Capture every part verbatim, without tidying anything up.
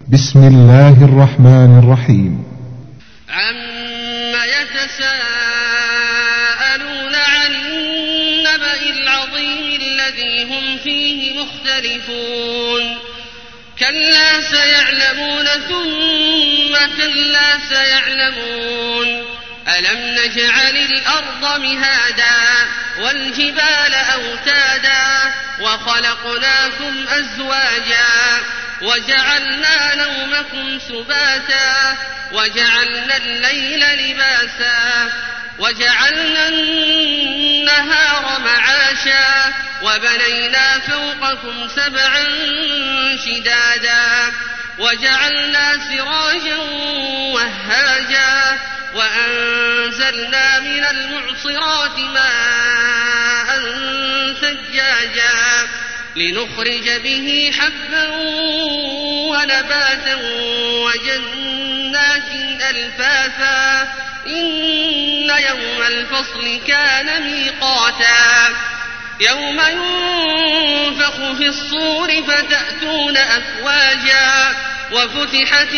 بسم الله الرحمن الرحيم. عما يتساءلون عن النبأ العظيم الذي هم فيه مختلفون كلا سيعلمون ثم كلا سيعلمون ألم نجعل الأرض مهادا والجبال أوتادا وخلقناكم أزواجا وجعلنا نومكم سباتا وجعلنا الليل لباسا وجعلنا النهار معاشا وبنينا فوقكم سبعا شدادا وجعلنا سراجا وهاجا وأنزلنا من المعصرات ماء ثجاجا لنخرج به حبا ونباتا وجنات ألفافا إن يوم الفصل كان ميقاتا يوم ينفخ في الصور فتأتون أفواجا وفتحت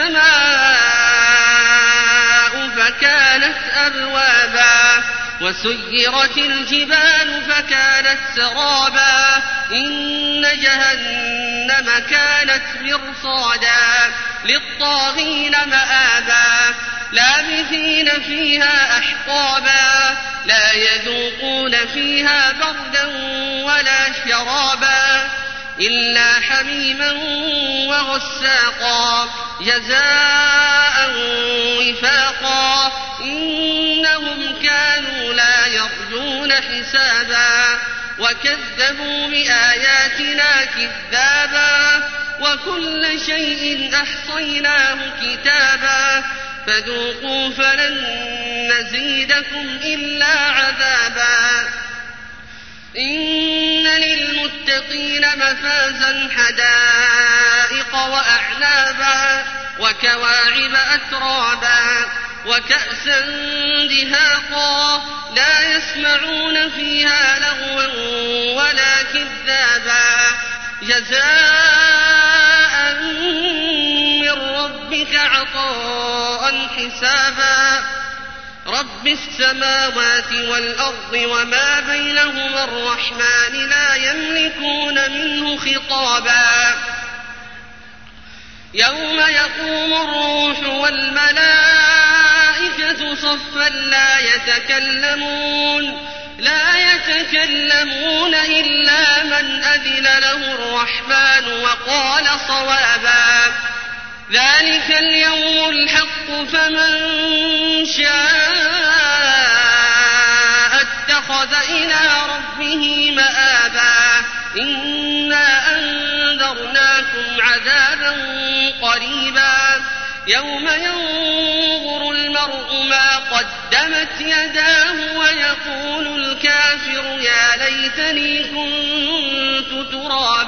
السماء فكانت أبوابا وسيرت الجبال فكانت سرابا إن جهنم كانت مرصادا للطاغين مآبا لابثين فيها أحقابا لا يذوقون فيها بردا ولا شرابا إلا حميما وغساقا جزاء وفاقا إنهم كانوا لا يرجون حسابا وكذبوا بآياتنا كذابا وكل شيء أحصيناه كتابا فذوقوا فلن نزيدكم إلا عذابا إن للمتقين مفازا حدائق وأعنابا وكواعب أترابا وكأسا دهاقا لا يسمعون فيها لغوا ولا كذابا جزاء من ربك عطاء حسابا رب السماوات والأرض وما بينهما الرحمن لا يملكون منه خطابا يوم يقوم الروح والملائكة صفا لا يتكلمون لا يتكلمون إلا من أذن له الرحمن وقال صوابا ذلك اليوم الحق فمن شاء اتخذ إلى ربه مآبا إنا أنذرناكم عذابا قريبا يوم ينظر المرء ما قدمت يداه ويقول الكافر يا ليتني كنت ترابا